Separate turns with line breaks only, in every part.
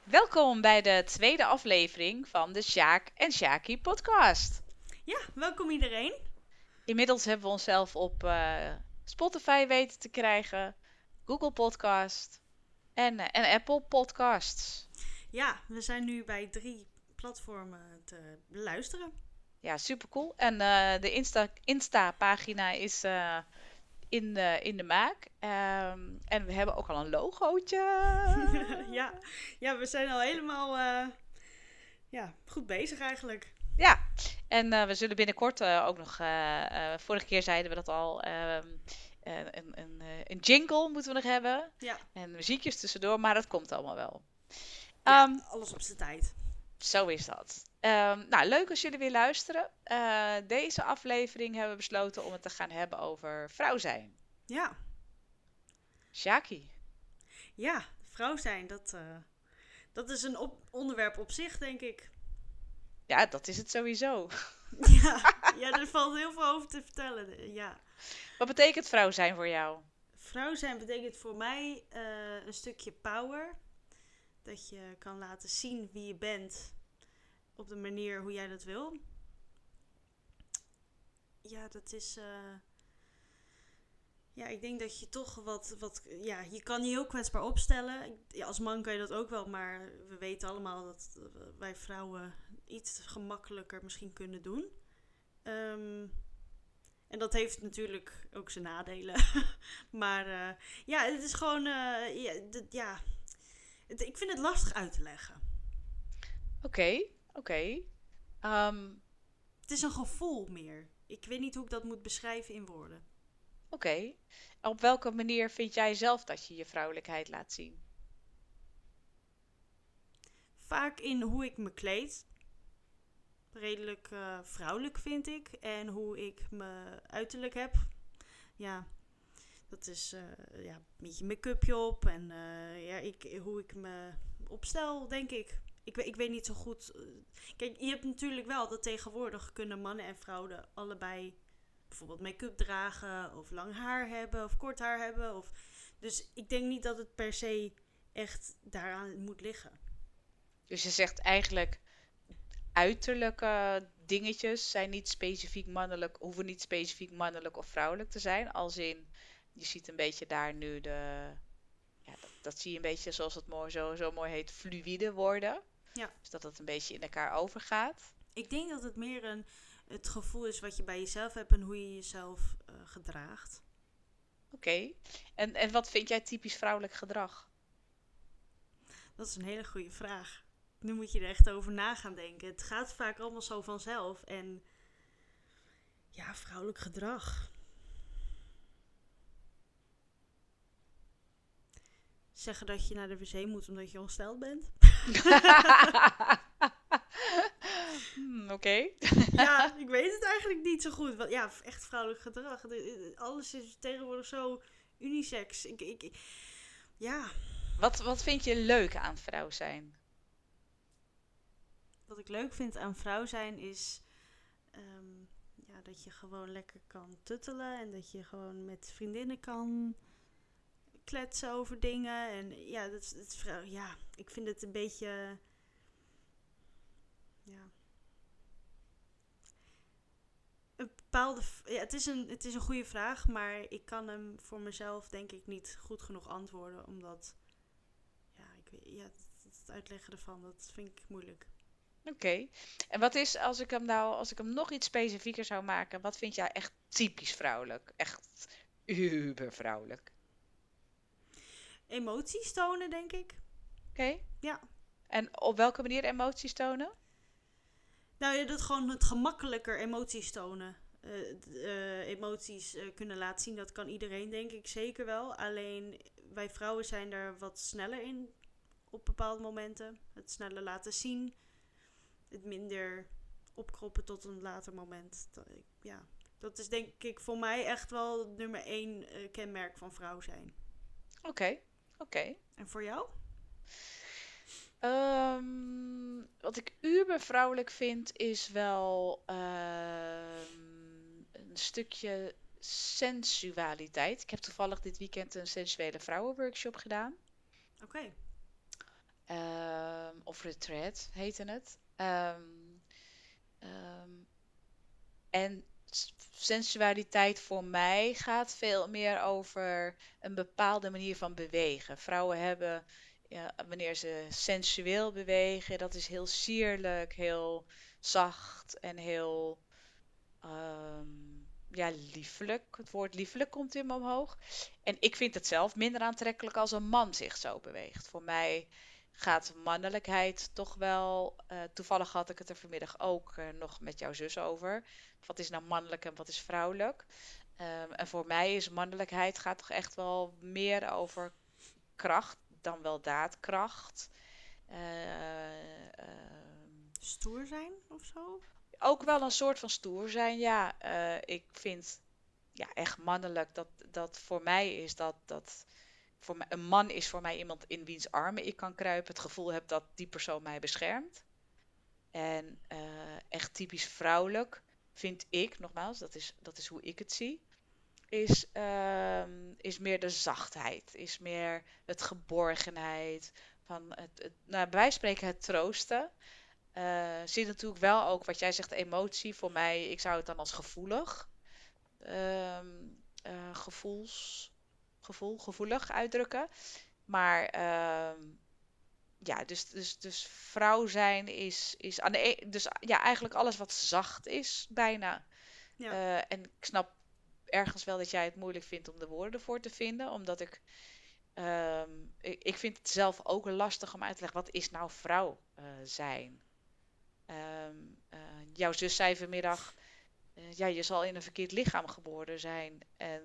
Welkom bij de tweede aflevering van de Sjaak en Sjaakie podcast.
Ja, welkom iedereen.
Inmiddels hebben we onszelf op Spotify weten te krijgen, Google Podcast en Apple Podcasts.
Ja, we zijn nu bij 3 platformen te beluisteren.
Ja, super cool. En de Insta-pagina is in de maak. En we hebben ook al een logootje.
ja. Ja, we zijn al helemaal goed bezig eigenlijk.
Ja, en we zullen binnenkort ook nog, vorige keer zeiden we dat al, een jingle moeten we nog hebben.
Ja,
En muziekjes tussendoor, maar dat komt allemaal wel.
ja,
Ehm,
alles op zijn tijd.
Zo is dat. Nou, leuk als jullie weer luisteren. Deze aflevering hebben we besloten om het te gaan hebben over vrouw zijn.
Ja,
Sjaki.
ja, vrouw zijn, dat is een onderwerp op zich, denk ik.
Ja, dat is het sowieso.
Ja, er valt heel veel over te vertellen. Ja.
Wat betekent vrouw zijn voor jou?
Vrouw zijn betekent voor mij een stukje power. Dat je kan laten zien wie je bent op de manier hoe jij dat wil. Ja, dat is. Ja, ik denk dat je toch ja, je kan je heel kwetsbaar opstellen. Ja, als man kan je dat ook wel, maar we weten allemaal dat wij vrouwen iets gemakkelijker misschien kunnen doen. Ehm, en dat heeft natuurlijk ook zijn nadelen. Maar ja, het is gewoon. Ik vind het lastig uit te leggen.
Oké, oké. Ehm,
Het is een gevoel meer. Ik weet niet hoe ik dat moet beschrijven in woorden.
oké. Op welke manier vind jij zelf dat je je vrouwelijkheid laat zien?
Vaak in hoe ik me kleed. Redelijk vrouwelijk vind ik. En hoe ik me uiterlijk heb. Ja, dat is ja, een beetje make-upje op. En hoe ik me opstel, denk ik. Ik weet niet zo goed. Kijk, je hebt natuurlijk wel dat tegenwoordig kunnen mannen en vrouwen allebei bijvoorbeeld make-up dragen. Of lang haar hebben. Of kort haar hebben. Dus ik denk niet dat het per se echt daaraan moet liggen.
Dus je zegt eigenlijk uiterlijke dingetjes zijn niet specifiek mannelijk, hoeven niet specifiek mannelijk of vrouwelijk te zijn. Als in, je ziet een beetje daar nu ja, dat zie je een beetje zoals het zo mooi heet, fluïde worden.
Ja.
Dus dat het een beetje in elkaar overgaat.
Ik denk dat het meer het gevoel is wat je bij jezelf hebt en hoe je jezelf gedraagt.
Oké. En wat vind jij typisch vrouwelijk gedrag?
Dat is een hele goede vraag. Nu moet je er echt over na gaan denken. Het gaat vaak allemaal zo vanzelf. En ja, vrouwelijk gedrag. Zeggen dat je naar de wc moet omdat je ongesteld bent.
Oké.
Ja, ik weet het eigenlijk niet zo goed. Want ja, echt vrouwelijk gedrag. Alles is tegenwoordig zo unisex. Ja,
Wat vind je leuk aan vrouw zijn?
wat ik leuk vind aan vrouw zijn is ehm, ja, dat je gewoon lekker kan tuttelen. En dat je gewoon met vriendinnen kan kletsen over dingen. En ja, ja, ik vind het een beetje. Ja, een bepaalde. Ja, het is een goede vraag, maar ik kan hem voor mezelf denk ik niet goed genoeg antwoorden. Omdat. Ja, het uitleggen ervan, dat vind ik moeilijk.
Oké. En wat is, als ik hem nog iets specifieker zou maken, wat vind jij echt typisch vrouwelijk? Echt uber vrouwelijk.
Emoties tonen, denk ik.
Oké.
Ja.
En op welke manier emoties tonen?
Nou ja, dat gewoon het gemakkelijker emoties tonen. Emoties kunnen laten zien, dat kan iedereen denk ik zeker wel. Alleen wij vrouwen zijn daar wat sneller in op bepaalde momenten. Het sneller laten zien. Het minder opkroppen tot een later moment. Ja, dat is denk ik voor mij echt wel nummer 1 kenmerk van vrouw zijn.
Oké. Oké.
En voor jou?
Wat ik uber vrouwelijk vind is wel een stukje sensualiteit. Ik heb toevallig dit weekend een sensuele vrouwenworkshop gedaan.
Oké.
of retreat heette het. Ehm, en sensualiteit voor mij gaat veel meer over een bepaalde manier van bewegen. Vrouwen hebben, ja, wanneer ze sensueel bewegen, dat is heel sierlijk, heel zacht en heel ehm, ja, liefelijk. Het woord liefelijk komt in me omhoog. En ik vind het zelf minder aantrekkelijk als een man zich zo beweegt. Voor mij gaat mannelijkheid toch wel. Toevallig had ik het er vanmiddag ook nog met jouw zus over. Wat is nou mannelijk en wat is vrouwelijk? En voor mij is mannelijkheid gaat toch echt wel meer over kracht dan wel daadkracht.
Stoer zijn of zo?
Ook wel een soort van stoer zijn, ja. Ik vind ja, echt mannelijk, dat voor mij is dat voor mij, een man is voor mij iemand in wiens armen ik kan kruipen, het gevoel heb dat die persoon mij beschermt. En echt typisch vrouwelijk vind ik, nogmaals, dat is hoe ik het zie, is meer de zachtheid, is meer het geborgenheid, van nou, bij wijze van spreken het troosten. Zit natuurlijk wel ook, wat jij zegt, emotie. Voor mij, ik zou het dan als gevoelig, ehm, gevoelig uitdrukken. Maar ja, dus vrouw zijn is aan dus ja, eigenlijk alles wat zacht is, bijna.
Ja.
En ik snap ergens wel dat jij het moeilijk vindt om de woorden voor te vinden, omdat ik vind het zelf ook lastig om uit te leggen, wat is nou vrouw zijn? Ehm, eh, Jouw zus zei vanmiddag, ja, je zal in een verkeerd lichaam geboren zijn.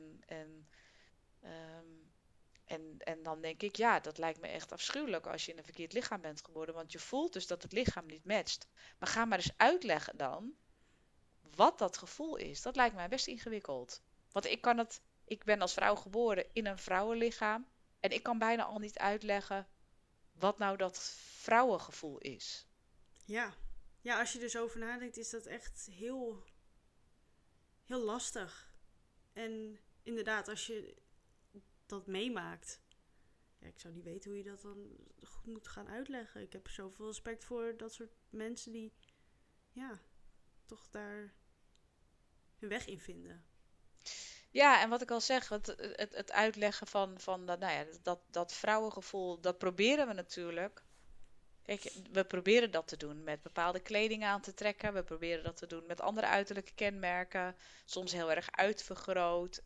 Ehm, en dan denk ik, ja, dat lijkt me echt afschuwelijk als je in een verkeerd lichaam bent geboren. Want je voelt dus dat het lichaam niet matcht. Maar ga maar eens uitleggen dan wat dat gevoel is. Dat lijkt mij best ingewikkeld. Want ik ben als vrouw geboren in een vrouwenlichaam. En ik kan bijna al niet uitleggen wat nou dat vrouwengevoel is.
Ja. Ja, als je er zo over nadenkt, is dat echt heel, heel lastig. En inderdaad, als je dat meemaakt. Ja, ik zou niet weten hoe je dat dan goed moet gaan uitleggen. Ik heb zoveel respect voor dat soort mensen die, ja, toch daar hun weg in vinden.
Ja, en wat ik al zeg, het uitleggen van dat, nou ja, dat vrouwengevoel, dat proberen we natuurlijk. Kijk, we proberen dat te doen met bepaalde kleding aan te trekken. We proberen dat te doen met andere uiterlijke kenmerken. Soms heel erg uitvergroot.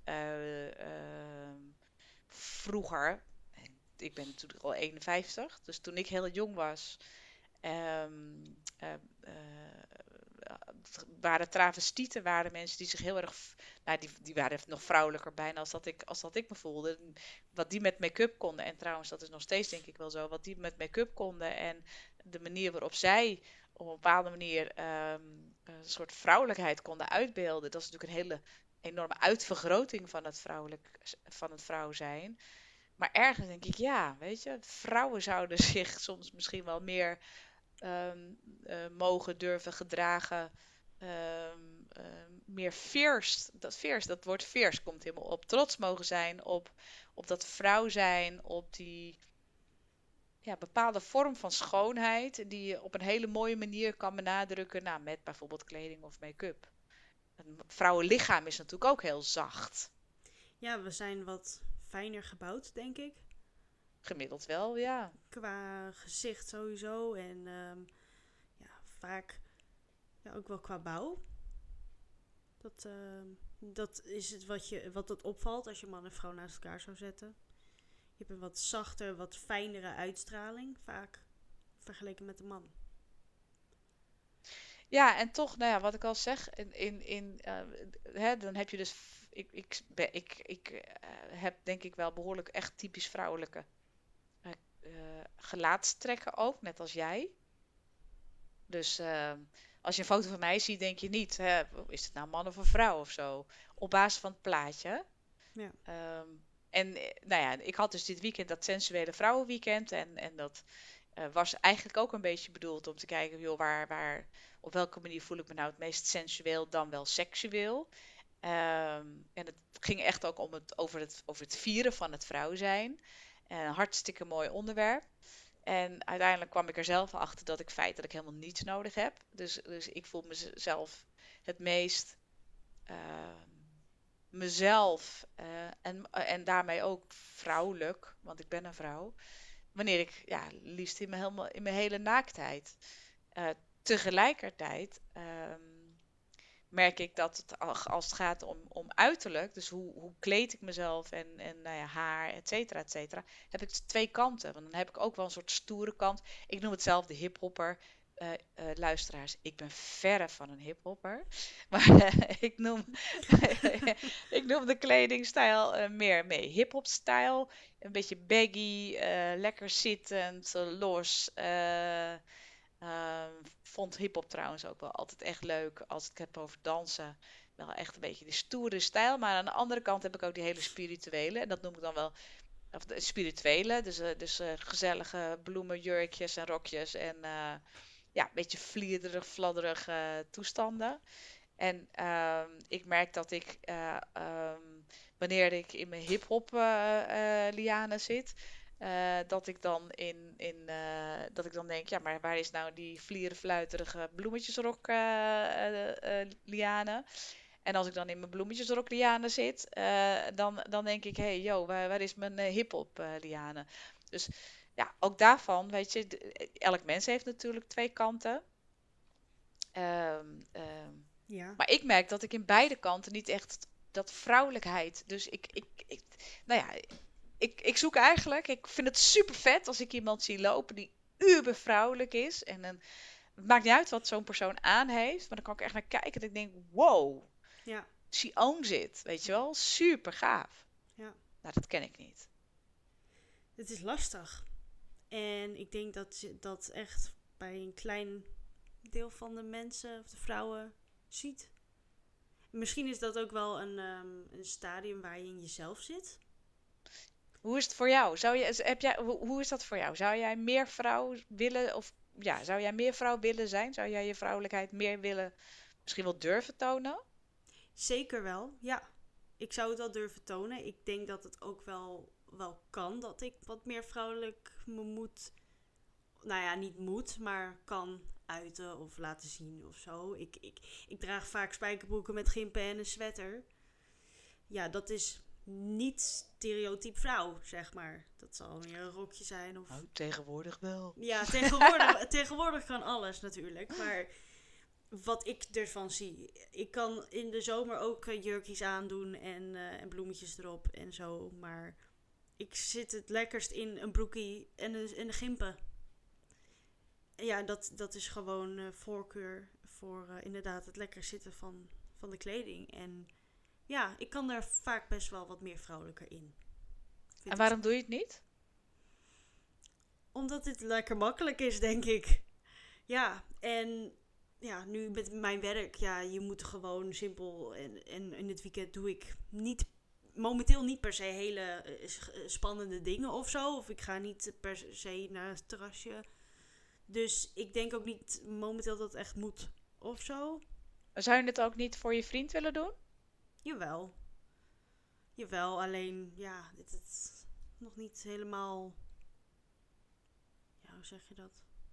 Vroeger, ik ben natuurlijk al 51, dus toen ik heel jong was, ehm, eh, eh, waren travestieten, waren mensen die zich heel erg, nou, die waren nog vrouwelijker bijna als dat ik me voelde. Wat die met make-up konden, en trouwens, dat is nog steeds denk ik wel zo, wat die met make-up konden en de manier waarop zij op een bepaalde manier een soort vrouwelijkheid konden uitbeelden, dat is natuurlijk een hele enorme uitvergroting van het vrouw zijn. Maar ergens denk ik, ja, weet je, vrouwen zouden zich soms misschien wel meer ehm, mogen durven gedragen. Meer fierce, dat woord fierce komt helemaal op. Trots mogen zijn op dat vrouw zijn, op die ja, bepaalde vorm van schoonheid die je op een hele mooie manier kan benadrukken, nou, met bijvoorbeeld kleding of make-up. Een vrouwenlichaam is natuurlijk ook heel zacht.
Ja, we zijn wat fijner gebouwd, denk ik.
Gemiddeld wel, ja.
Qua gezicht sowieso. En ja, vaak ja, ook wel qua bouw. Dat is het wat dat opvalt als je man en vrouw naast elkaar zou zetten. Je hebt een wat zachter, wat fijnere uitstraling, vaak vergeleken met de man.
Ja, en toch, nou ja, wat ik al zeg, hè, dan heb je dus, heb denk ik wel behoorlijk echt typisch vrouwelijke eh, gelaatstrekken ook, net als jij. Dus als je een foto van mij ziet, denk je niet, hè, is het nou een man of een vrouw of zo, op basis van het plaatje.
Ja,
Ehm, en nou ja, ik had dus dit weekend dat sensuele vrouwenweekend en dat was eigenlijk ook een beetje bedoeld om te kijken, joh, op welke manier voel ik me nou het meest sensueel dan wel seksueel. En het ging echt ook over het vieren van het vrouw zijn. Een hartstikke mooi onderwerp. En uiteindelijk kwam ik er zelf achter dat ik feit dat ik helemaal niets nodig heb. Dus ik voel mezelf het meest ehm, mezelf en daarmee ook vrouwelijk, want ik ben een vrouw. Wanneer ik ja, liefst in mijn hele naaktheid. Eh, Tegelijkertijd merk ik dat als het gaat om uiterlijk, dus hoe kleed ik mezelf en nou ja, haar, et cetera, heb ik twee kanten. Want dan heb ik ook wel een soort stoere kant. Ik noem het zelf de hiphopper. Luisteraars, ik ben verre van een hiphopper. Maar ik noem de kledingstijl meer mee. Hip-hop-stijl, een beetje baggy, lekker zittend, los. Vond hip-hop trouwens ook wel altijd echt leuk als ik het heb over dansen. Wel echt een beetje die stoere stijl. Maar aan de andere kant heb ik ook die hele spirituele. En dat noem ik dan wel of de spirituele. Dus gezellige bloemenjurkjes en rokjes. En ja, een beetje vlierderig, fladderig toestanden. En ik merk dat ik, wanneer ik in mijn hip-hop lianen zit, dat ik dan dat ik dan denk, ja, maar waar is nou die vlieren fluiterige bloemetjesrok lianen? En als ik dan in mijn bloemetjesrok lianen zit, dan denk ik, hey, yo, waar is mijn hip-hop lianen? Dus ja, ook daarvan, weet je, elk mens heeft natuurlijk twee kanten. Ehm, ehm,
Ja.
maar ik merk dat ik in beide kanten niet echt dat vrouwelijkheid. Dus nou ja, ik zoek eigenlijk. Ik vind het super vet als ik iemand zie lopen die uber vrouwelijk is. Het maakt niet uit wat zo'n persoon aan heeft. Maar dan kan ik echt naar kijken. Dat ik denk, wow,
Ja.
she owns it. Weet je wel? Super gaaf.
Ja.
Nou, dat ken ik niet.
Het is lastig. En ik denk dat je dat echt bij een klein deel van de mensen of de vrouwen ziet. Misschien is dat ook wel een stadium waar je in jezelf zit.
Hoe is het voor jou? Hoe is dat voor jou? Zou jij meer vrouw willen of ja, zou jij meer vrouw willen zijn? Zou jij je vrouwelijkheid meer willen, misschien wel durven tonen?
Zeker wel, ja. Ik zou het wel durven tonen. Ik denk dat het ook wel kan dat ik wat meer vrouwelijk me moet, nou ja, niet moet, maar kan uiten of laten zien of zo. Ik draag vaak spijkerbroeken met gimpen en een sweater. Ja, dat is niet stereotyp vrouw, zeg maar. Dat zal meer een rokje zijn of...
Oh, tegenwoordig wel.
Ja, tegenwoordig kan alles natuurlijk. Maar wat ik ervan zie. Ik kan in de zomer ook jurkjes aandoen en bloemetjes erop en zo. Maar ik zit het lekkerst in een broekie en een gimpen. Ja, dat is gewoon voorkeur voor inderdaad het lekker zitten van de kleding. En ja, ik kan daar vaak best wel wat meer vrouwelijker in. Vind
En
ik
waarom
zelf.
doe je het niet?
Omdat dit lekker makkelijk is, denk ik. Ja, en ja, nu met mijn werk, ja, je moet gewoon simpel. En in het weekend doe ik momenteel niet per se hele spannende dingen of zo. Of ik ga niet per se naar het terrasje. Dus ik denk ook niet momenteel dat het echt moet of zo.
Zou je het ook niet voor je vriend willen doen?
Jawel. Jawel, alleen ja, dit is nog niet helemaal. Ja, hoe zeg je dat?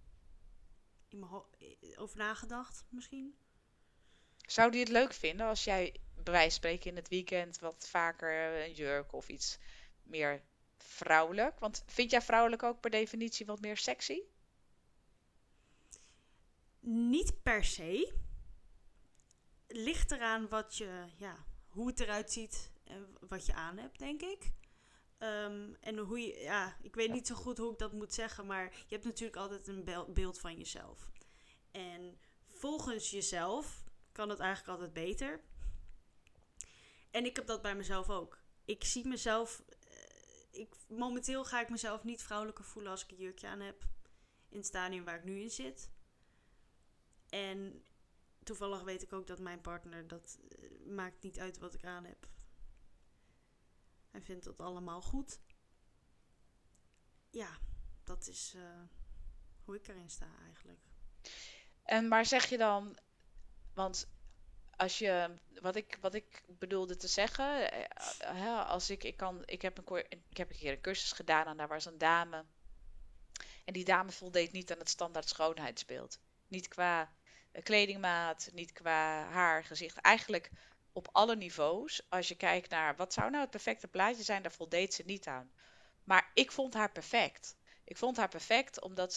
Over nagedacht misschien?
Zou die het leuk vinden als jij bij wijze van spreken in het weekend wat vaker een jurk of iets meer vrouwelijk? Want vind jij vrouwelijk ook per definitie wat meer sexy?
Niet per se. Ligt eraan hoe het eruit ziet en wat je aan hebt, denk ik. En hoe je, ja, ik weet niet zo goed hoe ik dat moet zeggen, maar je hebt natuurlijk altijd een beeld van jezelf. En volgens jezelf kan het eigenlijk altijd beter. En ik heb dat bij mezelf ook. Ik zie mezelf, momenteel ga ik mezelf niet vrouwelijker voelen als ik een jurkje aan heb. In het stadium waar ik nu in zit. En toevallig weet ik ook dat mijn partner, dat maakt niet uit wat ik aan heb. Hij vindt dat allemaal goed. Ja, dat is hoe ik erin sta eigenlijk.
Maar zeg je dan, want als je, wat ik bedoelde te zeggen, als ik heb ik heb een keer een cursus gedaan en daar was een dame En die dame voldeed niet aan het standaard schoonheidsbeeld. Niet qua kledingmaat, niet qua haar, gezicht. Eigenlijk op alle niveaus. Als je kijkt naar wat zou nou het perfecte plaatje zijn, daar voldeed ze niet aan. Maar ik vond haar perfect. Ik vond haar perfect omdat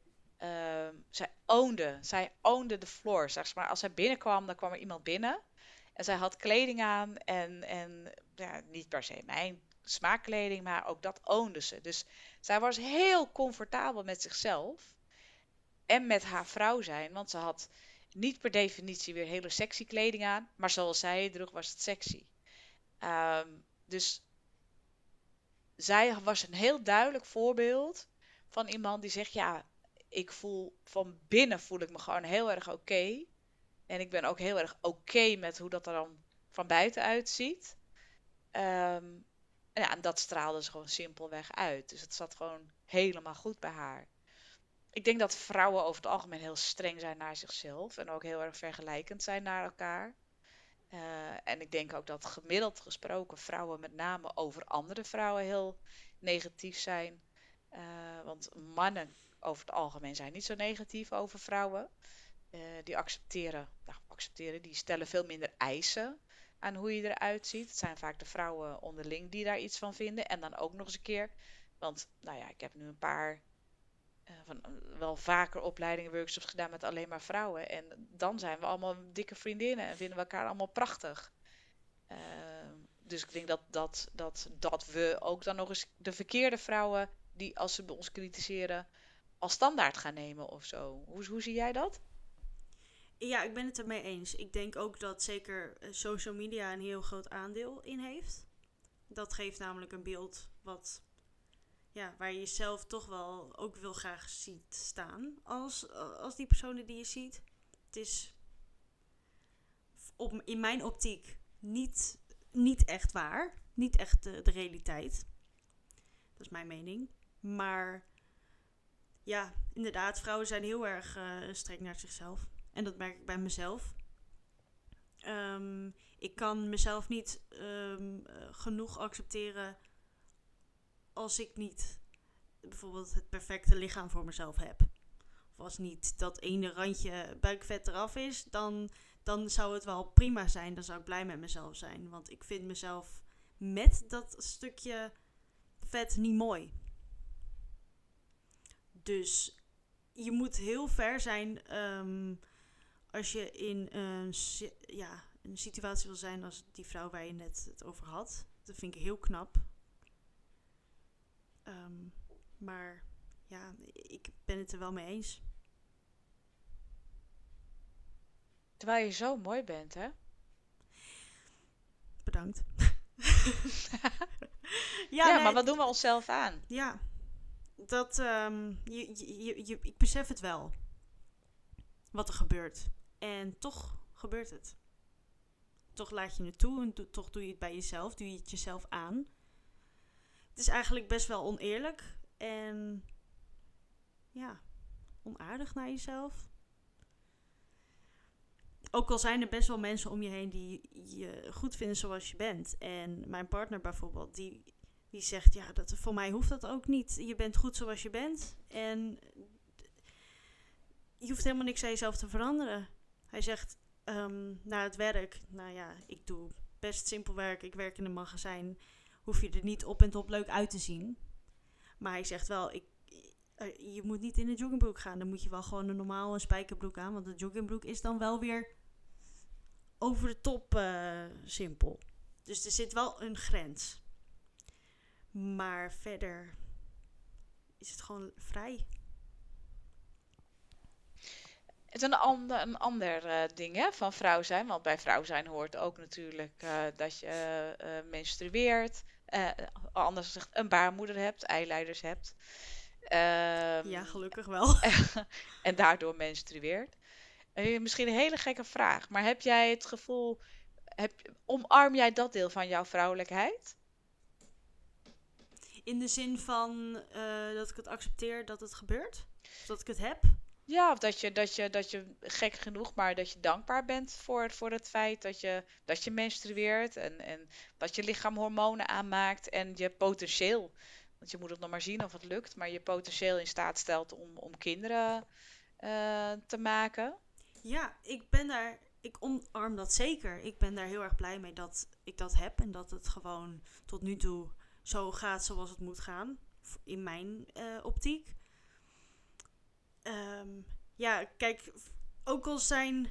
zij ownde de floor. Zeg maar, als zij binnenkwam, dan kwam er iemand binnen. En zij had kleding aan en ja, niet per se mijn smaakkleding, maar ook dat ownde ze. Dus zij was heel comfortabel met zichzelf en met haar vrouw zijn, want ze had niet per definitie weer hele sexy kleding aan, maar zoals zij het droeg was het sexy. Ehm, dus zij was een heel duidelijk voorbeeld van iemand die zegt, ja, ik voel van binnen voel ik me gewoon heel erg oké. En ik ben ook heel erg oké met hoe dat er dan van buiten uitziet. Ehm, en ja, en dat straalde ze gewoon simpelweg uit. Dus het zat gewoon helemaal goed bij haar. Ik denk dat vrouwen over het algemeen heel streng zijn naar zichzelf. En ook heel erg vergelijkend zijn naar elkaar. En ik denk ook dat gemiddeld gesproken vrouwen met name over andere vrouwen heel negatief zijn. Want mannen over het algemeen zijn niet zo negatief over vrouwen. Die accepteren, die stellen veel minder eisen aan hoe je eruit ziet. Het zijn vaak de vrouwen onderling die daar iets van vinden. En dan ook nog eens een keer, want nou ja, ik heb nu een paar, wel vaker opleidingen, workshops gedaan met alleen maar vrouwen. En dan zijn we allemaal dikke vriendinnen en vinden we elkaar allemaal prachtig. Dus ik denk dat we ook dan nog eens de verkeerde vrouwen, die als ze bij ons kritiseren, als standaard gaan nemen of zo. Hoe zie jij dat?
Ja, ik ben het ermee eens. Ik denk ook dat zeker social media een heel groot aandeel in heeft. Dat geeft namelijk een beeld waar je jezelf toch wel ook wil graag ziet staan als die personen die je ziet. Het is in mijn optiek niet echt waar. Niet echt de realiteit. Dat is mijn mening. Maar ja, inderdaad, vrouwen zijn heel erg streng naar zichzelf. En dat merk ik bij mezelf. Ik kan mezelf niet genoeg accepteren als ik niet bijvoorbeeld het perfecte lichaam voor mezelf heb. Of als niet dat ene randje buikvet eraf is, dan zou het wel prima zijn. Dan zou ik blij met mezelf zijn. Want ik vind mezelf met dat stukje vet niet mooi. Dus je moet heel ver zijn als je in een situatie wil zijn als die vrouw waar je net het over had. Dat vind ik heel knap. Maar ja, ik ben het er wel mee eens.
Terwijl je zo mooi bent, hè?
Bedankt.
Ja, maar wat doen we onszelf aan?
Ja, dat ik besef het wel. Wat er gebeurt. En toch gebeurt het. Toch laat je het toe en toch doe je het bij jezelf. Doe je het jezelf aan. Het is eigenlijk best wel oneerlijk. En ja, onaardig naar jezelf. Ook al zijn er best wel mensen om je heen die je goed vinden zoals je bent. En mijn partner bijvoorbeeld, die zegt, ja, voor mij hoeft dat ook niet. Je bent goed zoals je bent. En je hoeft helemaal niks aan jezelf te veranderen. Hij zegt, naar het werk, nou ja, ik doe best simpel werk. Ik werk in een magazijn. Hoef je er niet op en top leuk uit te zien. Maar hij zegt wel, je moet niet in een joggingbroek gaan. Dan moet je wel gewoon een normale spijkerbroek aan. Want de joggingbroek is dan wel weer over de top simpel. Dus er zit wel een grens. Maar verder is het gewoon vrij.
Het is een ander ding, hè, van vrouw zijn. Want bij vrouw zijn hoort ook natuurlijk dat je menstrueert. Anders gezegd, een baarmoeder hebt, eileiders hebt.
Ja,
Ehm,
gelukkig wel.
en daardoor menstrueert. Misschien een hele gekke vraag, maar heb jij het gevoel, omarm jij dat deel van jouw vrouwelijkheid?
In de zin van dat ik het accepteer dat het gebeurt. Of dat ik het heb.
Ja, of dat je gek genoeg, maar dat je dankbaar bent voor het feit dat je menstrueert en dat je lichaam hormonen aanmaakt en je potentieel Want je moet het nog maar zien of het lukt, maar je potentieel in staat stelt om kinderen te maken.
Ja, ik omarm dat zeker. Ik ben daar heel erg blij mee dat ik dat heb en dat het gewoon tot nu toe zo gaat zoals het moet gaan. In mijn optiek. Ehm, ja, kijk, ook al zijn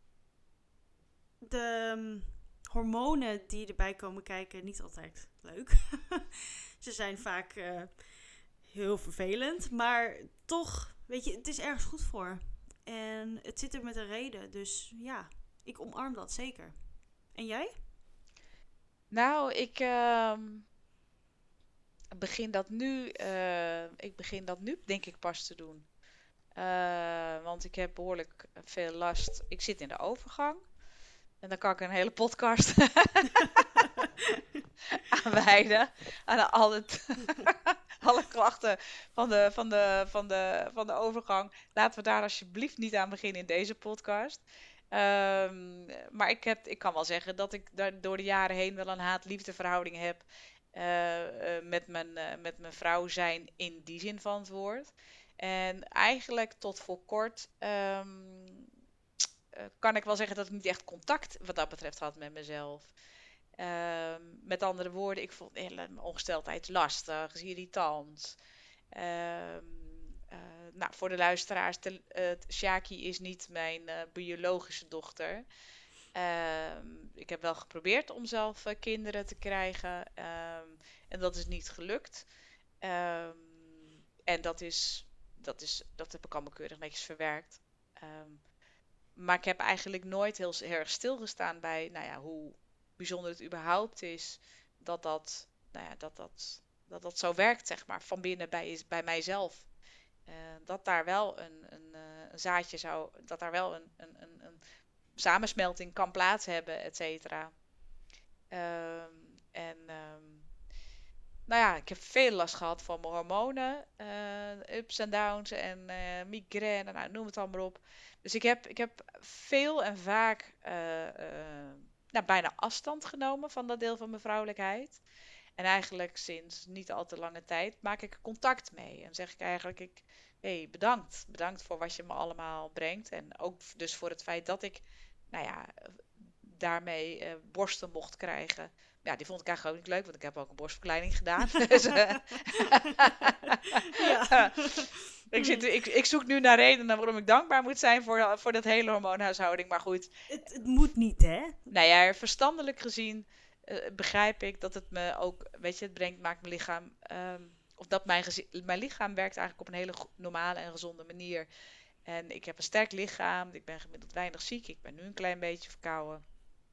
de hormonen die erbij komen kijken niet altijd leuk. Ze zijn vaak heel vervelend, maar toch, weet je, het is ergens goed voor. En het zit er met een reden, dus ja, ik omarm dat zeker. En jij?
Nou, ik begin dat nu denk ik pas te doen. Want ik heb behoorlijk veel last. Ik zit in de overgang. En dan kan ik een hele podcast aan wijden. Aan alle klachten van de overgang. Laten we daar alsjeblieft niet aan beginnen in deze podcast. Maar ik kan wel zeggen dat ik daar door de jaren heen wel een haat-liefde verhouding heb. Met mijn vrouw zijn in die zin van het woord. En eigenlijk tot voor kort kan ik wel zeggen dat ik niet echt contact wat dat betreft had met mezelf. Met andere woorden, ik vond mijn ongesteldheid lastig, irritant. Ehm, eh, nou, voor de luisteraars, Shaki is niet mijn biologische dochter. Ik heb wel geprobeerd om zelf kinderen te krijgen. En dat is niet gelukt. Ehm, en dat heb ik allemaal keurig netjes verwerkt. Ehm, maar ik heb eigenlijk nooit heel erg stilgestaan bij, nou ja, hoe bijzonder het überhaupt is dat nou ja, dat zo werkt, zeg maar, van binnen bij mijzelf. Dat daar wel een zaadje dat daar wel een samensmelting kan plaats hebben, et cetera. Ehm, en nou ja, ik heb veel last gehad van mijn hormonen, ups en downs en migraine, nou, noem het allemaal op. Dus ik heb veel en vaak nou, bijna afstand genomen van dat deel van mijn vrouwelijkheid. En eigenlijk sinds niet al te lange tijd maak ik er contact mee. En zeg ik eigenlijk, hey, bedankt. Bedankt voor wat je me allemaal brengt. En ook dus voor het feit dat ik, nou ja, daarmee borsten mocht krijgen. Ja, die vond ik eigenlijk ook niet leuk, want ik heb ook een borstverkleining gedaan. Dus,
Ja.
ik zoek nu naar redenen waarom ik dankbaar moet zijn voor dat hele hormoonhuishouding. Maar goed,
Het moet niet, hè?
nou ja, verstandelijk gezien begrijp ik dat het me ook, weet je, maakt mijn lichaam, of dat mijn lichaam werkt eigenlijk op een hele normale en gezonde manier. En ik heb een sterk lichaam, ik ben gemiddeld weinig ziek, ik ben nu een klein beetje verkouden.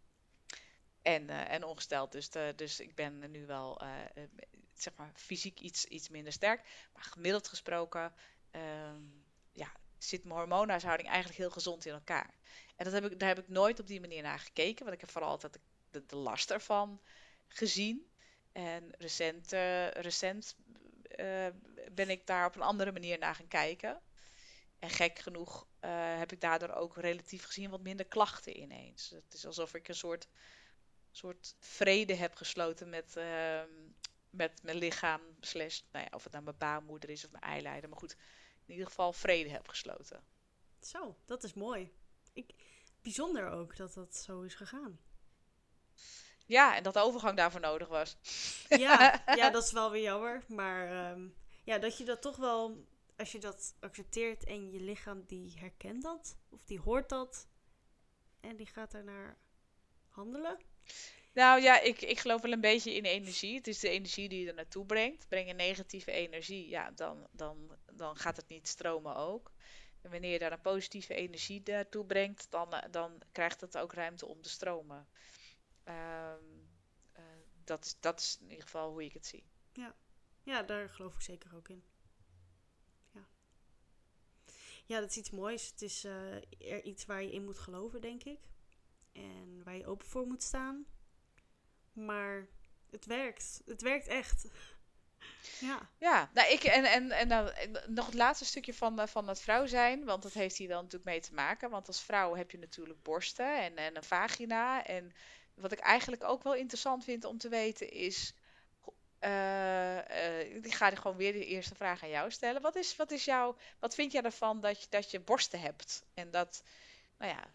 En ongesteld. Dus ik ben nu wel zeg maar fysiek iets minder sterk. Maar gemiddeld gesproken ehm, ja, zit mijn hormoonhuishouding eigenlijk heel gezond in elkaar. En daar heb ik nooit op die manier naar gekeken. Want ik heb vooral altijd de last ervan gezien. En recent ben ik daar op een andere manier naar gaan kijken. En gek genoeg heb ik daardoor ook relatief gezien wat minder klachten ineens. Het is alsof ik een soort vrede heb gesloten met mijn lichaam. Slash, nou ja, of het nou mijn baarmoeder is of mijn eileider. Maar goed, in ieder geval vrede heb gesloten.
Zo, dat is mooi. Bijzonder ook dat dat zo is gegaan.
Ja, en dat de overgang daarvoor nodig was.
Ja, dat is wel weer jammer. Maar ja, dat je dat toch wel, als je dat accepteert en je lichaam die herkent dat, of die hoort dat, en die gaat daarnaar handelen.
Nou ja, ik geloof wel een beetje in energie. Het is de energie die je er naartoe brengt. Breng je negatieve energie, ja, dan gaat het niet stromen ook. En wanneer je daar een positieve energie naartoe brengt, dan krijgt het ook ruimte om te stromen. Ehm, eh, dat is in ieder geval hoe ik het zie.
Ja, daar geloof ik zeker ook in. Ja, ja, dat is iets moois. Het is er iets waar je in moet geloven, denk ik. En waar je open voor moet staan. Maar het werkt. Het werkt echt. Ja.
Ja, nou, en nou, nog het laatste stukje van het vrouw zijn, want dat heeft hier wel natuurlijk mee te maken. Want als vrouw heb je natuurlijk borsten en een vagina. En wat ik eigenlijk ook wel interessant vind om te weten is, Ik ga gewoon weer de eerste vraag aan jou stellen. Wat vind jij ervan dat je borsten hebt? En dat, nou ja,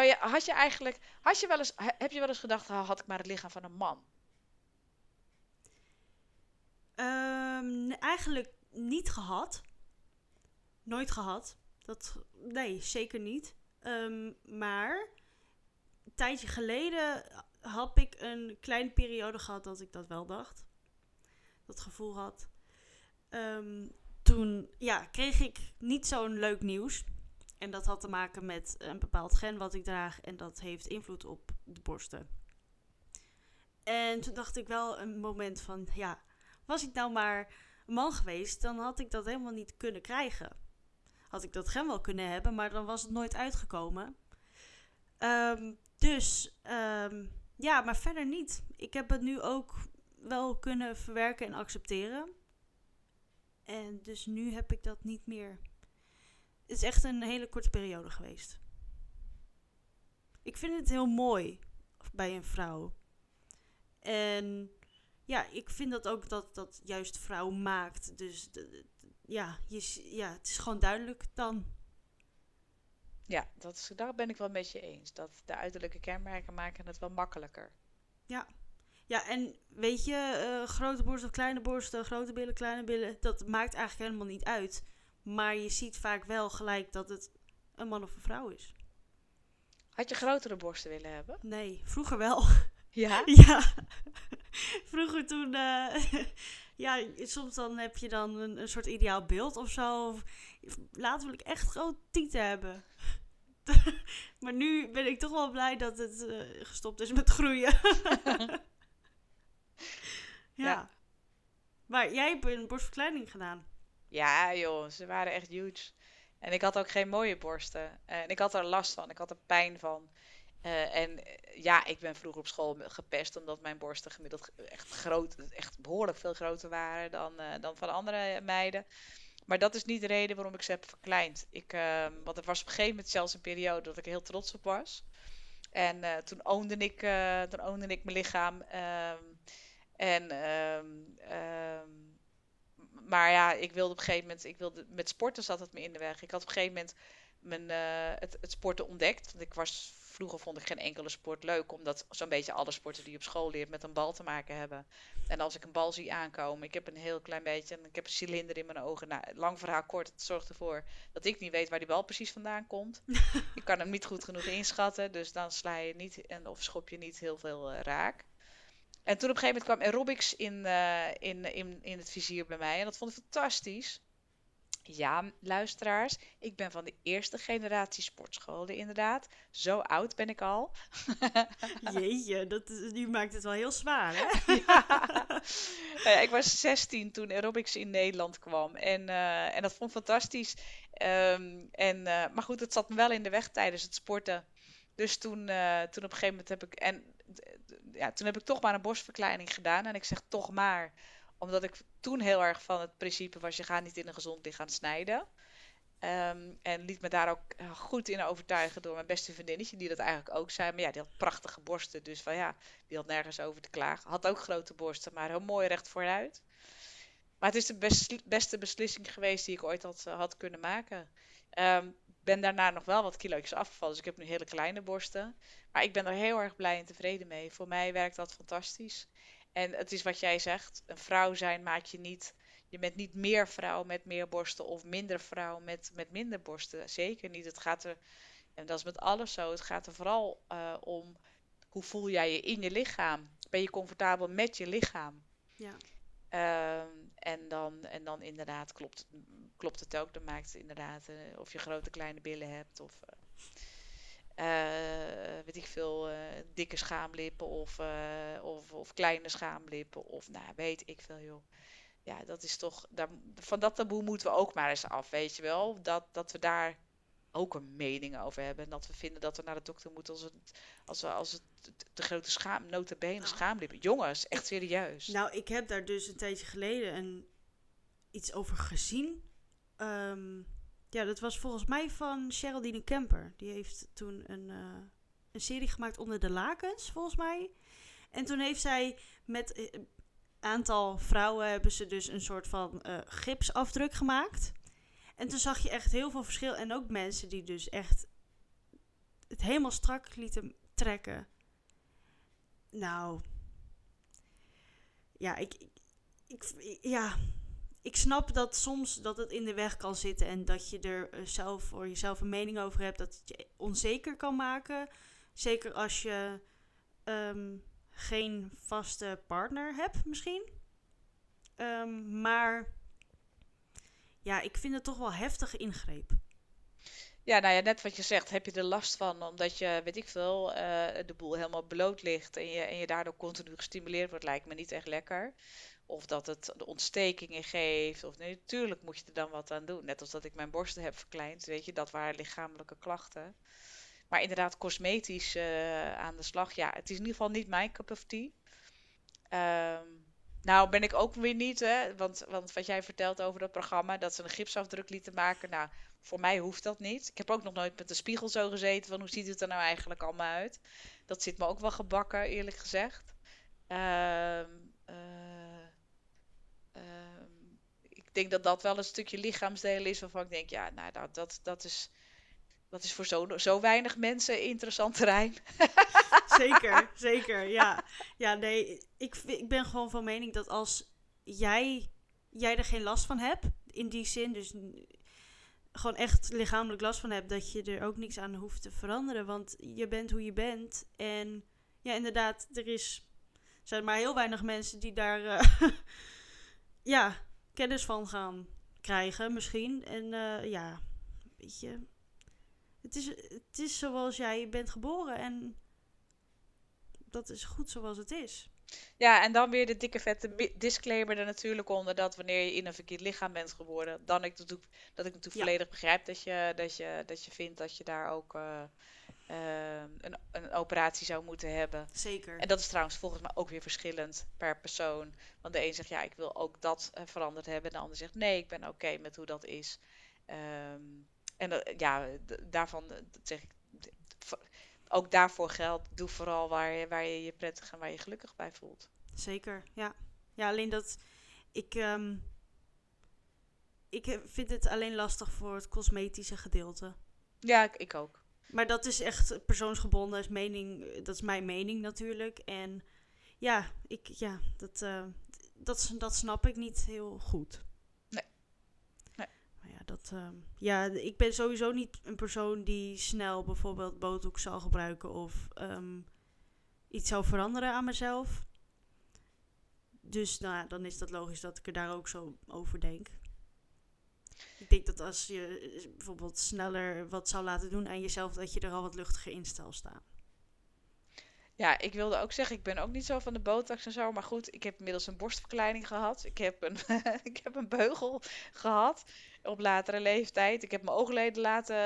heb je wel eens gedacht, had ik maar het lichaam van een man?
Eigenlijk niet gehad. Nooit gehad. Nee, zeker niet. Maar een tijdje geleden heb ik een kleine periode gehad dat ik dat wel dacht. Dat gevoel had. Toen kreeg ik niet zo'n leuk nieuws. En dat had te maken met een bepaald gen wat ik draag. En dat heeft invloed op de borsten. En toen dacht ik wel een moment van, was ik nou maar een man geweest, dan had ik dat helemaal niet kunnen krijgen. Had ik dat gen wel kunnen hebben, maar dan was het nooit uitgekomen. Maar verder niet. Ik heb het nu ook wel kunnen verwerken en accepteren. En dus nu heb ik dat niet meer. Het is echt een hele korte periode geweest. Ik vind het heel mooi bij een vrouw. En ik vind dat ook dat juist vrouw maakt. Dus het is gewoon duidelijk dan.
Ja, daar ben ik wel met je eens. Dat de uiterlijke kenmerken maken het wel makkelijker.
Ja. Ja, en weet je, grote borsten of kleine borsten, grote billen, kleine billen, dat maakt eigenlijk helemaal niet uit. Maar je ziet vaak wel gelijk dat het een man of een vrouw is.
Had je grotere borsten willen hebben?
Nee, vroeger wel.
Ja?
Ja. Vroeger toen, soms dan heb je dan een soort ideaal beeld of zo. Of, later wil ik echt grote tieten hebben. Maar nu ben ik toch wel blij dat het gestopt is met groeien. Ja. Maar jij hebt een borstverkleining gedaan.
Ja, joh, ze waren echt huge. En ik had ook geen mooie borsten. En ik had er last van. Ik had er pijn van. Ik ben vroeger op school gepest omdat mijn borsten gemiddeld echt behoorlijk veel groter waren dan van andere meiden. Maar dat is niet de reden waarom ik ze heb verkleind. Want er was op een gegeven moment zelfs een periode dat ik er heel trots op was. En toen ownde ik mijn lichaam. En maar ja, ik wilde op een gegeven moment, met sporten zat het me in de weg. Ik had op een gegeven moment het sporten ontdekt. Want vroeger vond ik geen enkele sport leuk, omdat zo'n beetje alle sporten die je op school leert met een bal te maken hebben. En als ik een bal zie aankomen, ik heb een heel klein beetje, en ik heb een cilinder in mijn ogen. Nou, lang verhaal kort, het zorgt ervoor dat ik niet weet waar die bal precies vandaan komt. Ik kan hem niet goed genoeg inschatten, dus dan sla je niet of schop je niet heel veel raak. En toen op een gegeven moment kwam aerobics in het vizier bij mij. En dat vond ik fantastisch. Ja, luisteraars, ik ben van de eerste generatie sportscholen inderdaad. Zo oud ben ik al.
Jeetje, die maakt het wel heel zwaar, hè?
Ik was 16 toen aerobics in Nederland kwam. En dat vond ik fantastisch. Maar goed, het zat me wel in de weg tijdens het sporten. Dus toen op een gegeven moment toen heb ik toch maar een borstverkleining gedaan. En ik zeg toch maar, omdat ik toen heel erg van het principe was, je gaat niet in een gezond lichaam snijden. En liet me daar ook goed in overtuigen door mijn beste vriendinnetje, die dat eigenlijk ook zei. Maar ja, die had prachtige borsten, dus van ja, die had nergens over te klagen. Had ook grote borsten, maar heel mooi recht vooruit. Maar het is de beste beslissing geweest die ik ooit had kunnen maken. Ben daarna nog wel wat kilo's afgevallen, dus ik heb nu hele kleine borsten. Maar ik ben er heel erg blij en tevreden mee. Voor mij werkt dat fantastisch. En het is wat jij zegt, een vrouw zijn maakt je niet. Je bent niet meer vrouw met meer borsten of minder vrouw met minder borsten. Zeker niet. En dat is met alles zo. Het gaat er vooral om hoe voel jij je in je lichaam. Ben je comfortabel met je lichaam?
Ja.
En dan inderdaad klopt het ook. Dan maakt het inderdaad of je grote kleine billen hebt of weet ik veel, dikke schaamlippen of kleine schaamlippen of nou weet ik veel joh. Ja, dat is toch, van dat taboe moeten we ook maar eens af, weet je wel. Dat we daar ook een mening over hebben. En dat we vinden dat we naar de dokter moeten als het de grote nota bene schaamlippen. Jongens, echt serieus.
Nou, ik heb daar dus een tijdje geleden iets over gezien. Dat was volgens mij van Geraldine Kemper. Die heeft toen een serie gemaakt Onder de Lakens, volgens mij. En toen heeft zij aantal vrouwen hebben ze dus een soort van gipsafdruk gemaakt. En toen zag je echt heel veel verschil. En ook mensen die dus echt het helemaal strak lieten trekken. Nou, ja, ik snap dat soms dat het in de weg kan zitten. En dat je er zelf voor jezelf een mening over hebt. Dat het je onzeker kan maken. Zeker als je geen vaste partner hebt misschien. Maar ja, ik vind het toch wel heftige ingreep.
Ja, nou ja, net wat je zegt, heb je er last van omdat je, weet ik veel, de boel helemaal bloot ligt en je daardoor continu gestimuleerd wordt, lijkt me niet echt lekker. Of dat het de ontstekingen geeft. Of nee, natuurlijk moet je er dan wat aan doen. Net als dat ik mijn borsten heb verkleind, weet je, dat waren lichamelijke klachten. Maar inderdaad, cosmetisch aan de slag, ja, het is in ieder geval niet mijn cup of tea. Ehm, nou ben ik ook weer niet, hè, want wat jij vertelt over dat programma, dat ze een gipsafdruk lieten maken, nou, voor mij hoeft dat niet. Ik heb ook nog nooit met de spiegel zo gezeten van hoe ziet het er nou eigenlijk allemaal uit. Dat zit me ook wel gebakken, eerlijk gezegd. Ehm, eh, ehm, ik denk dat dat wel een stukje lichaamsdeel is waarvan ik denk, ja, nou, dat is voor zo weinig mensen interessant terrein.
Zeker, zeker, ja. Ja, nee, ik ben gewoon van mening dat als jij er geen last van hebt, in die zin, dus gewoon echt lichamelijk last van hebt, dat je er ook niks aan hoeft te veranderen. Want je bent hoe je bent. En ja, inderdaad, zijn maar heel weinig mensen die daar ja, kennis van gaan krijgen misschien. En ja, weet je, het is zoals jij bent geboren en dat is goed zoals het is.
Ja, en dan weer de dikke vette disclaimer er natuurlijk onder dat wanneer je in een verkeerd lichaam bent geboren, dat ik natuurlijk
Ja,
volledig begrijp dat je vindt dat je daar ook een operatie zou moeten hebben.
zeker.
En dat is trouwens volgens mij ook weer verschillend per persoon. Want de een zegt ja, ik wil ook dat veranderd hebben. En de ander zegt nee, ik ben oké met hoe dat is. Ehm, en ja, daarvan zeg ik, ook daarvoor geldt, doe vooral waar je je prettig en waar je gelukkig bij voelt.
Zeker, ja. Ja, alleen dat ik, vind het alleen lastig voor het cosmetische gedeelte.
Ja, ik ook.
Maar dat is echt persoonsgebonden, dat is mijn mening natuurlijk. En ja, dat snap ik niet heel goed.
Nee, nee.
Maar ja, ik ben sowieso niet een persoon die snel bijvoorbeeld botox zal gebruiken of iets zou veranderen aan mezelf. Dus nou, ja, dan is dat logisch dat ik er daar ook zo over denk. Ik denk dat als je bijvoorbeeld sneller wat zou laten doen aan jezelf, dat je er al wat luchtiger in zou staan.
Ja, ik wilde ook zeggen, ik ben ook niet zo van de botox en zo. Maar goed, ik heb inmiddels een borstverkleining gehad. Ik heb ik heb een beugel gehad op latere leeftijd. Ik heb mijn oogleden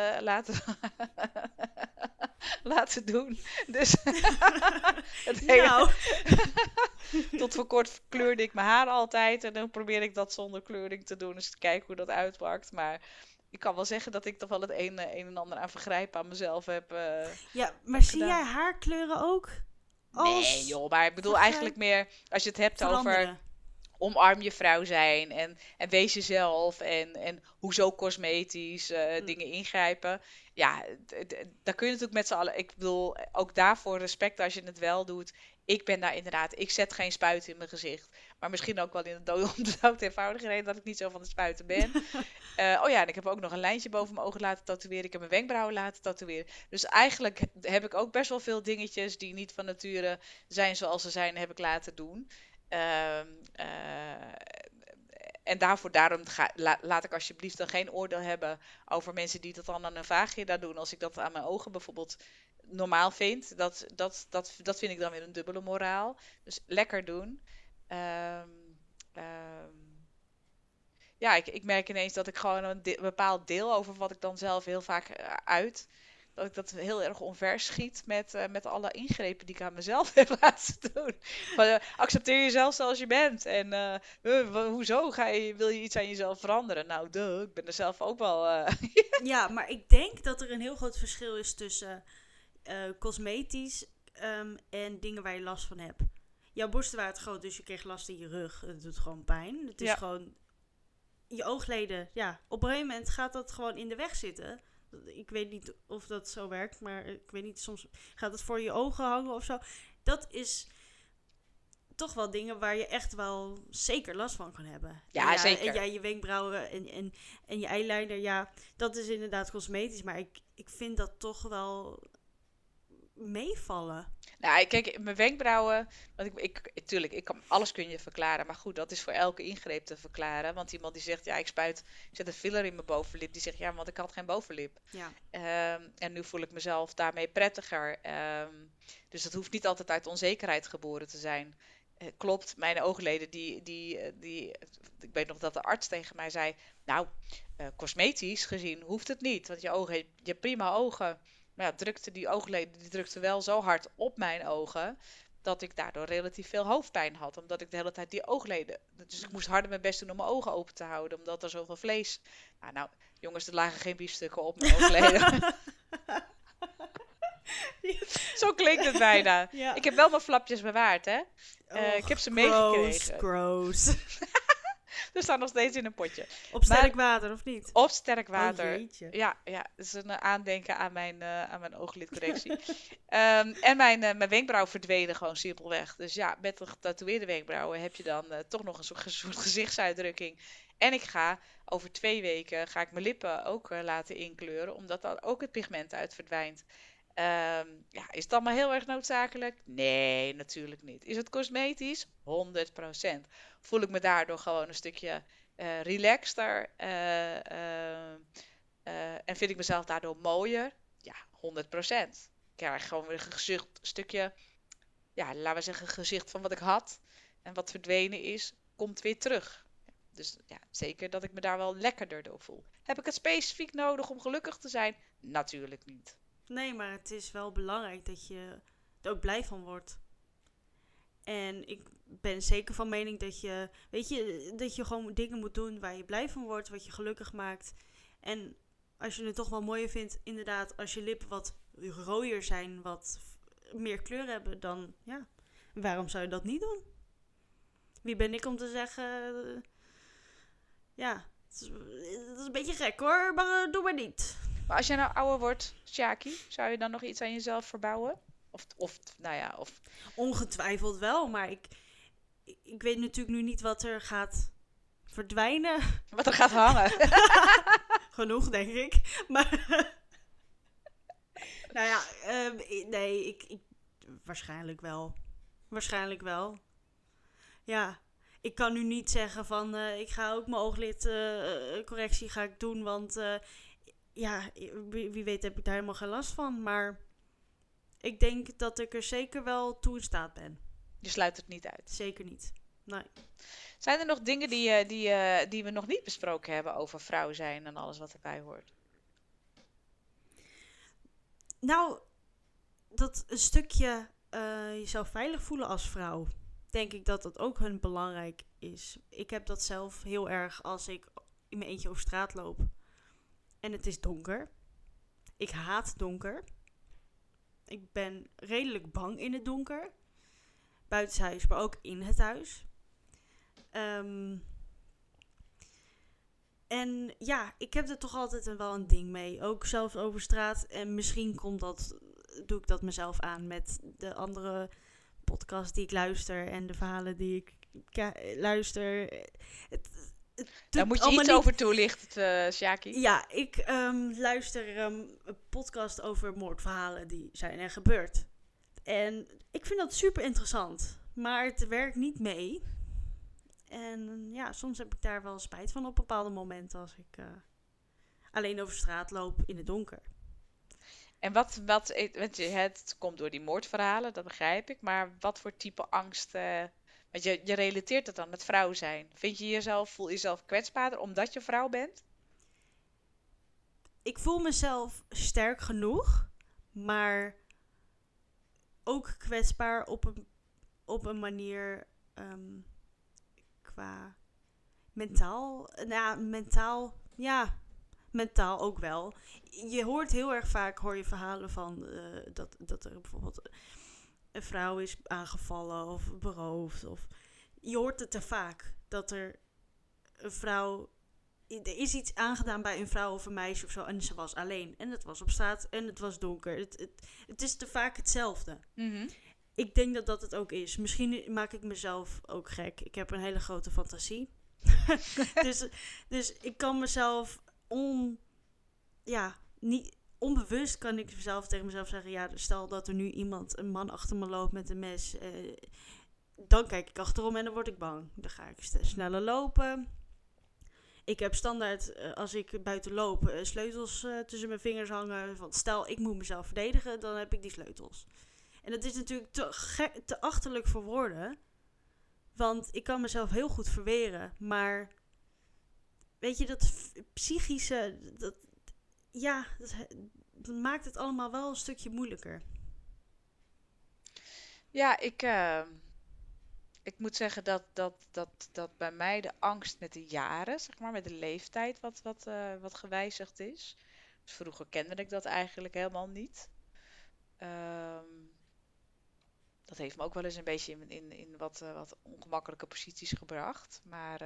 laten doen. Dus het hele,
Nou,
tot voor kort kleurde ik mijn haar altijd. En dan probeer ik dat zonder kleuring te doen. Dus te kijken hoe dat uitpakt. Maar ik kan wel zeggen dat ik toch wel het een en ander aan vergrijp aan mezelf
ja, maar
heb
zie jij
gedaan.
haarkleuren ook
Nee,
als
joh, maar ik bedoel eigenlijk
vergrijp
meer als je het hebt over
veranderen?
omarm je vrouw zijn en wees jezelf en hoezo cosmetisch
Hm.
dingen ingrijpen. Ja, daar kun je natuurlijk met z'n allen. Ik bedoel, ook daarvoor respect als je het wel doet. Ik ben daar inderdaad, ik zet geen spuit in mijn gezicht. Maar misschien ook wel in om de dood eenvoudige reden dat ik niet zo van de spuiten ben. Oh ja, en ik heb ook nog een lijntje boven mijn ogen laten tatoeëren. Ik heb mijn wenkbrauwen laten tatoeëren. Dus eigenlijk heb ik ook best wel veel dingetjes die niet van nature zijn zoals ze zijn, heb ik laten doen. Ehm, eh, en daarom laat ik alsjeblieft dan geen oordeel hebben over mensen die dat dan aan hun vagina doen. Als ik dat aan mijn ogen bijvoorbeeld normaal vind, dat vind ik dan weer een dubbele moraal. Dus lekker doen. Ehm, ehm, ja, ik merk ineens dat ik gewoon een bepaald deel over wat ik dan zelf heel vaak uit. Dat ik dat heel erg omver schiet met alle ingrepen die ik aan mezelf heb laten doen. Accepteer jezelf zoals je bent. En hoezo wil je iets aan jezelf veranderen? Nou, ik ben er zelf ook wel.
Ja, maar ik denk dat er een heel groot verschil is tussen cosmetisch en dingen waar je last van hebt. jouw borsten waren te groot, dus je kreeg last in je rug. Het doet gewoon pijn. Het is gewoon... Je oogleden, ja, op een gegeven moment gaat dat gewoon in de weg zitten. Ik weet niet of dat zo werkt, maar ik weet niet, soms gaat het voor je ogen hangen of zo. Dat is toch wel dingen waar je echt wel zeker last van kan hebben.
Ja, zeker.
En ja, je wenkbrauwen en je eyeliner, ja, dat is inderdaad cosmetisch. Maar ik vind dat toch wel meevallen.
Nou, kijk, mijn wenkbrauwen... Want alles kun je verklaren. Maar goed, dat is voor elke ingreep te verklaren. Want iemand die zegt, ja, ik zet een filler in mijn bovenlip. Die zegt, ja, want ik had geen bovenlip.
Ja.
En nu voel ik mezelf daarmee prettiger. Dus dat hoeft niet altijd uit onzekerheid geboren te zijn. Klopt, mijn oogleden, ik weet nog dat de arts tegen mij zei... Nou, cosmetisch gezien hoeft het niet. Want je hebt prima ogen... Maar ja, die oogleden die drukte wel zo hard op mijn ogen, dat ik daardoor relatief veel hoofdpijn had. Omdat ik de hele tijd die oogleden... Dus ik moest harder mijn best doen om mijn ogen open te houden, omdat er zoveel vlees... Nou, jongens, er lagen geen biefstukken op mijn oogleden. Zo klinkt het bijna.
Ja.
Ik heb wel mijn flapjes bewaard, hè. Ik heb ze meegekregen.
Gross.
Er staan nog steeds in een potje.
Op sterk water, of niet?
Op sterk water.
Oh, jeetje.
Ja, dat is een aandenken aan mijn ooglidcorrectie. En mijn wenkbrauw verdwenen gewoon simpelweg. Dus ja, met de getatoeëerde wenkbrauwen heb je dan toch nog een soort gezichtsuitdrukking. En ik ga over 2 weken mijn lippen ook laten inkleuren, omdat dan ook het pigment uit verdwijnt. Is het allemaal heel erg noodzakelijk? Nee, natuurlijk niet. Is het cosmetisch? 100%. Voel ik me daardoor gewoon een stukje relaxter en vind ik mezelf daardoor mooier? Ja, 100%. Ik krijg gewoon weer een stukje, ja, laten we zeggen, gezicht van wat ik had en wat verdwenen is, komt weer terug. Dus ja, zeker dat ik me daar wel lekkerder door voel. Heb ik het specifiek nodig om gelukkig te zijn? Natuurlijk niet.
Nee, maar het is wel belangrijk dat je er ook blij van wordt. En ik ben zeker van mening dat je, dat je gewoon dingen moet doen waar je blij van wordt, wat je gelukkig maakt. En als je het toch wel mooier vindt, inderdaad, als je lippen wat rooier zijn, wat meer kleur hebben, dan ja, waarom zou je dat niet doen? Wie ben ik om te zeggen, ja, het is een beetje gek hoor, maar doe maar niet.
Maar als jij nou ouder wordt, Sjaki, zou je dan nog iets aan jezelf verbouwen? Of...
Ongetwijfeld wel, maar ik weet natuurlijk nu niet wat er gaat verdwijnen.
Wat er gaat hangen.
Genoeg, denk ik. Maar nou ja, nee, ik waarschijnlijk wel. Waarschijnlijk wel. Ja, ik kan nu niet zeggen van ik ga ook mijn ooglidcorrectie ga ik doen, want ja, wie weet heb ik daar helemaal geen last van. Maar ik denk dat ik er zeker wel toe in staat ben.
Je sluit het niet uit.
Zeker niet. Nee.
Zijn er nog dingen die we nog niet besproken hebben over vrouw zijn en alles wat erbij hoort?
Nou, dat een stukje jezelf veilig voelen als vrouw, denk ik dat dat ook heel belangrijk is. Ik heb dat zelf heel erg als ik in mijn eentje over straat loop. En het is donker. Ik haat donker. Ik ben redelijk bang in het donker. Buitenshuis, maar ook in het huis. En ja, ik heb er toch altijd wel een ding mee. Ook zelfs over straat. En misschien doe ik dat mezelf aan met de andere podcasts die ik luister. En de verhalen die ik luister.
Daar moet je iets over toelichten, Sjaki.
Ja, ik luister een podcast over moordverhalen die zijn er gebeurd. En ik vind dat super interessant. Maar het werkt niet mee. En ja, soms heb ik daar wel spijt van op bepaalde momenten als ik alleen over straat loop in het donker.
En want het komt door die moordverhalen, dat begrijp ik. Maar wat voor type angst... want je relateert het dan met vrouw zijn. Voel je jezelf kwetsbaarder omdat je vrouw bent?
Ik voel mezelf sterk genoeg, maar ook kwetsbaar op een manier qua mentaal. Nou, mentaal ook wel. Je hoort heel erg vaak verhalen van dat er bijvoorbeeld een vrouw is aangevallen of beroofd. Of je hoort het te vaak dat er een vrouw... Er is iets aangedaan bij een vrouw of een meisje of zo en ze was alleen. En het was op straat en het was donker. Het is te vaak hetzelfde.
Mhm.
Ik denk dat dat het ook is. Misschien maak ik mezelf ook gek. Ik heb een hele grote fantasie. dus ik kan mezelf niet onbewust kan ik mezelf tegen mezelf zeggen, ja, stel dat er nu een man achter me loopt met een mes, dan kijk ik achterom en dan word ik bang. Dan ga ik sneller lopen. Ik heb standaard, als ik buiten loop, sleutels tussen mijn vingers hangen. Want stel, ik moet mezelf verdedigen, dan heb ik die sleutels. En dat is natuurlijk te achterlijk voor woorden. Want ik kan mezelf heel goed verweren. Maar weet je, dat psychische, dat maakt het allemaal wel een stukje moeilijker.
Ja, ik moet zeggen dat bij mij de angst met de jaren, zeg maar, met de leeftijd, wat gewijzigd is. Dus vroeger kende ik dat eigenlijk helemaal niet. Ehm, dat heeft me ook wel eens een beetje in wat ongemakkelijke posities gebracht. Maar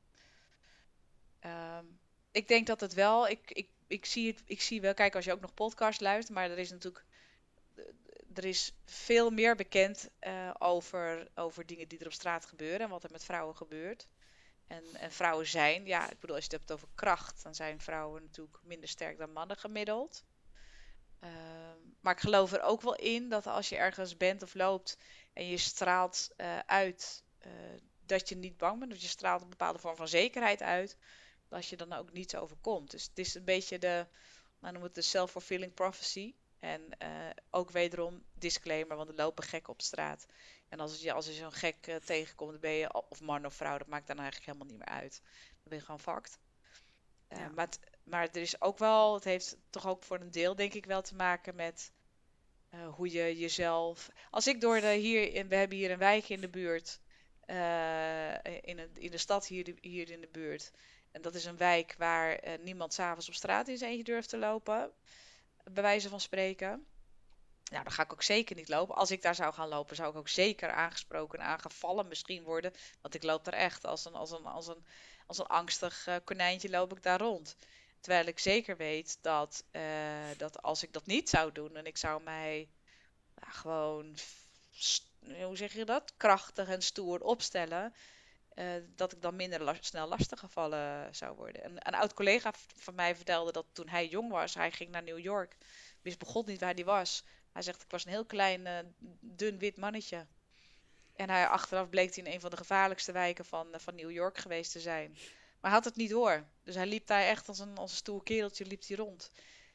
ehm, ik denk dat het wel. Ik zie wel, kijk, als je ook nog podcast luistert, maar er is natuurlijk. Er is veel meer bekend over dingen die er op straat gebeuren en wat er met vrouwen gebeurt. En vrouwen zijn, ja, ik bedoel, als je het hebt over kracht, dan zijn vrouwen natuurlijk minder sterk dan mannen gemiddeld. Maar ik geloof er ook wel in dat als je ergens bent of loopt en je straalt uit dat je niet bang bent, dat je straalt een bepaalde vorm van zekerheid uit, dat je dan ook niets overkomt. Dus het is een beetje nou noemen we het de self-fulfilling prophecy. En ook wederom disclaimer, want er lopen gekken op straat. En als je zo'n gek tegenkomt, dan ben je, of man of vrouw, dat maakt dan eigenlijk helemaal niet meer uit. Dan ben je gewoon fucked.
Ja.
Maar er is ook wel, het heeft toch ook voor een deel denk ik wel te maken met hoe je jezelf... Als ik we hebben hier een wijk in de buurt, in de stad hier in de buurt. En dat is een wijk waar niemand 's avonds op straat in zijn eentje durft te lopen, bij wijze van spreken. Nou, dan ga ik ook zeker niet lopen. Als ik daar zou gaan lopen, zou ik ook zeker aangesproken en aangevallen misschien worden. Want ik loop daar echt als een angstig konijntje loop ik daar rond. Terwijl ik zeker weet dat als ik dat niet zou doen en ik zou mij gewoon, hoe zeg je dat, krachtig en stoer opstellen, dat ik dan minder snel lastiggevallen zou worden. Een oud collega van mij vertelde dat toen hij jong was, hij ging naar New York, wist begot niet waar hij was. Hij zegt, ik was een heel klein, dun wit mannetje. En achteraf bleek hij in een van de gevaarlijkste wijken van New York geweest te zijn. Maar hij had het niet door. Dus hij liep daar echt als een stoer kereltje liep hij rond.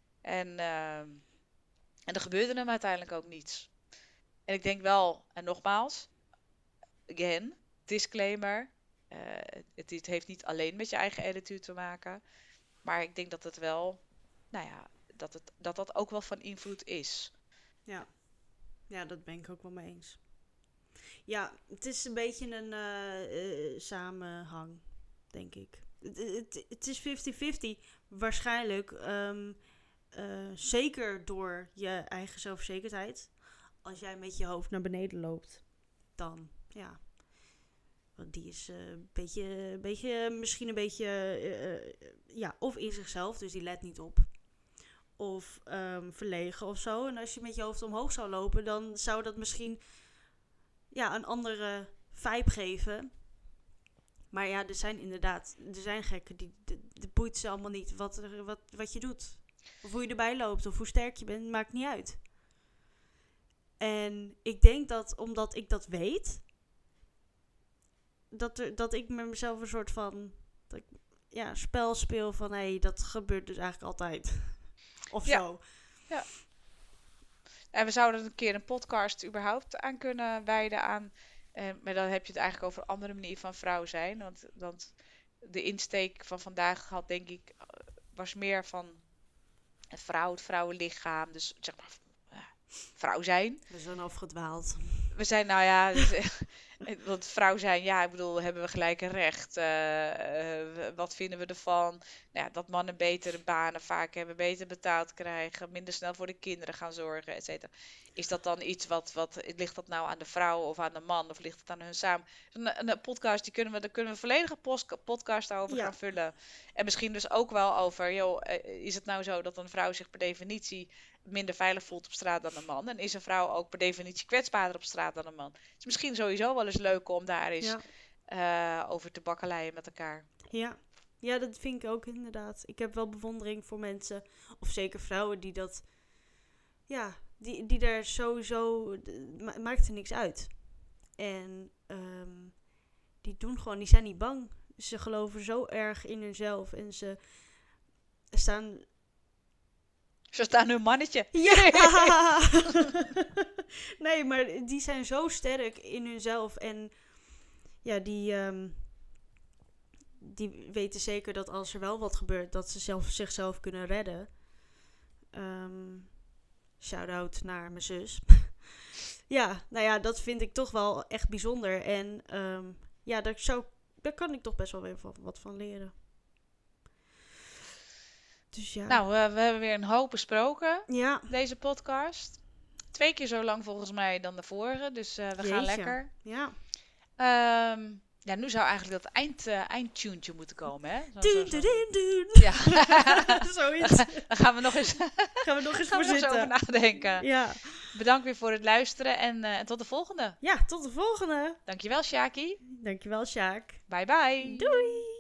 En er gebeurde hem uiteindelijk ook niets. En ik denk wel, en nogmaals, again, disclaimer. eh, het heeft niet alleen met je eigen attitude te maken. Maar ik denk dat het wel, nou ja, dat ook wel van invloed is.
Ja. Ja, dat ben ik ook wel mee eens. Ja, het is een beetje een samenhang, denk ik. Het is 50-50. Waarschijnlijk, zeker door je eigen zelfverzekerdheid. Als jij met je hoofd naar beneden loopt, dan, ja. Want die is misschien een beetje, of in zichzelf, dus die let niet op. Of verlegen of zo. En als je met je hoofd omhoog zou lopen, dan zou dat misschien een andere vibe geven. Maar ja, er zijn gekken die het boeit ze allemaal niet wat je doet. Of hoe je erbij loopt of hoe sterk je bent, maakt niet uit. En ik denk dat, omdat ik dat weet, dat ik met mezelf een soort van spel speel van hé, dat gebeurt dus eigenlijk altijd. Of
Ja.
zo.
Ja. En we zouden een keer een podcast überhaupt aan kunnen wijden aan. Maar dan heb je het eigenlijk over een andere manier van vrouw zijn. Want de insteek van vandaag denk ik, was meer van het vrouwenlichaam. Dus zeg maar, vrouw zijn.
We zijn afgedwaald.
We zijn, nou ja, dus, Want vrouw zijn, ja, ik bedoel, hebben we gelijke recht? Wat vinden we ervan? Nou ja, dat mannen betere banen vaak hebben, beter betaald krijgen, minder snel voor de kinderen gaan zorgen, et cetera. Is dat dan iets ligt dat nou aan de vrouw of aan de man, of ligt het aan hun samen? Een podcast, daar kunnen we een volledige podcast over
Ja.
gaan vullen. En misschien dus ook wel over, joh, is het nou zo dat een vrouw zich per definitie minder veilig voelt op straat dan een man? En is een vrouw ook per definitie kwetsbaarder op straat dan een man? Het is misschien sowieso wel eens leuk om daar eens over te bakkeleien met elkaar.
Ja. Ja, dat vind ik ook inderdaad. Ik heb wel bewondering voor mensen, of zeker vrouwen, die dat... Ja, die daar sowieso... Maakt er niks uit. En die doen gewoon... Die zijn niet bang. Ze geloven zo erg in hunzelf. En ze staan...
Zo staan hun mannetje.
Ja! Nee, maar die zijn zo sterk in hunzelf. En ja, die weten zeker dat als er wel wat gebeurt, dat ze zichzelf kunnen redden. Shout-out naar mijn zus. Ja, nou ja, dat vind ik toch wel echt bijzonder. En ja, daar kan ik toch best wel weer wat van leren. Dus ja.
Nou, we hebben weer een hoop besproken,
Ja.
deze podcast. 2 keer zo lang volgens mij dan de vorige, dus we gaan
Jeetje.
lekker.
Ja.
Ja, nu zou eigenlijk dat eindtunetje moeten komen, hè?
Doen.
Ja.
Zoiets.
Dan gaan we nog eens,
Gaan we nog eens
gaan
voor
we nog eens over
zitten.
nadenken.
Ja.
Bedankt weer voor het luisteren en tot de volgende.
Ja, tot de volgende.
Dankjewel, Shaki.
Dankjewel, Sjaak.
Bye bye.
Doei.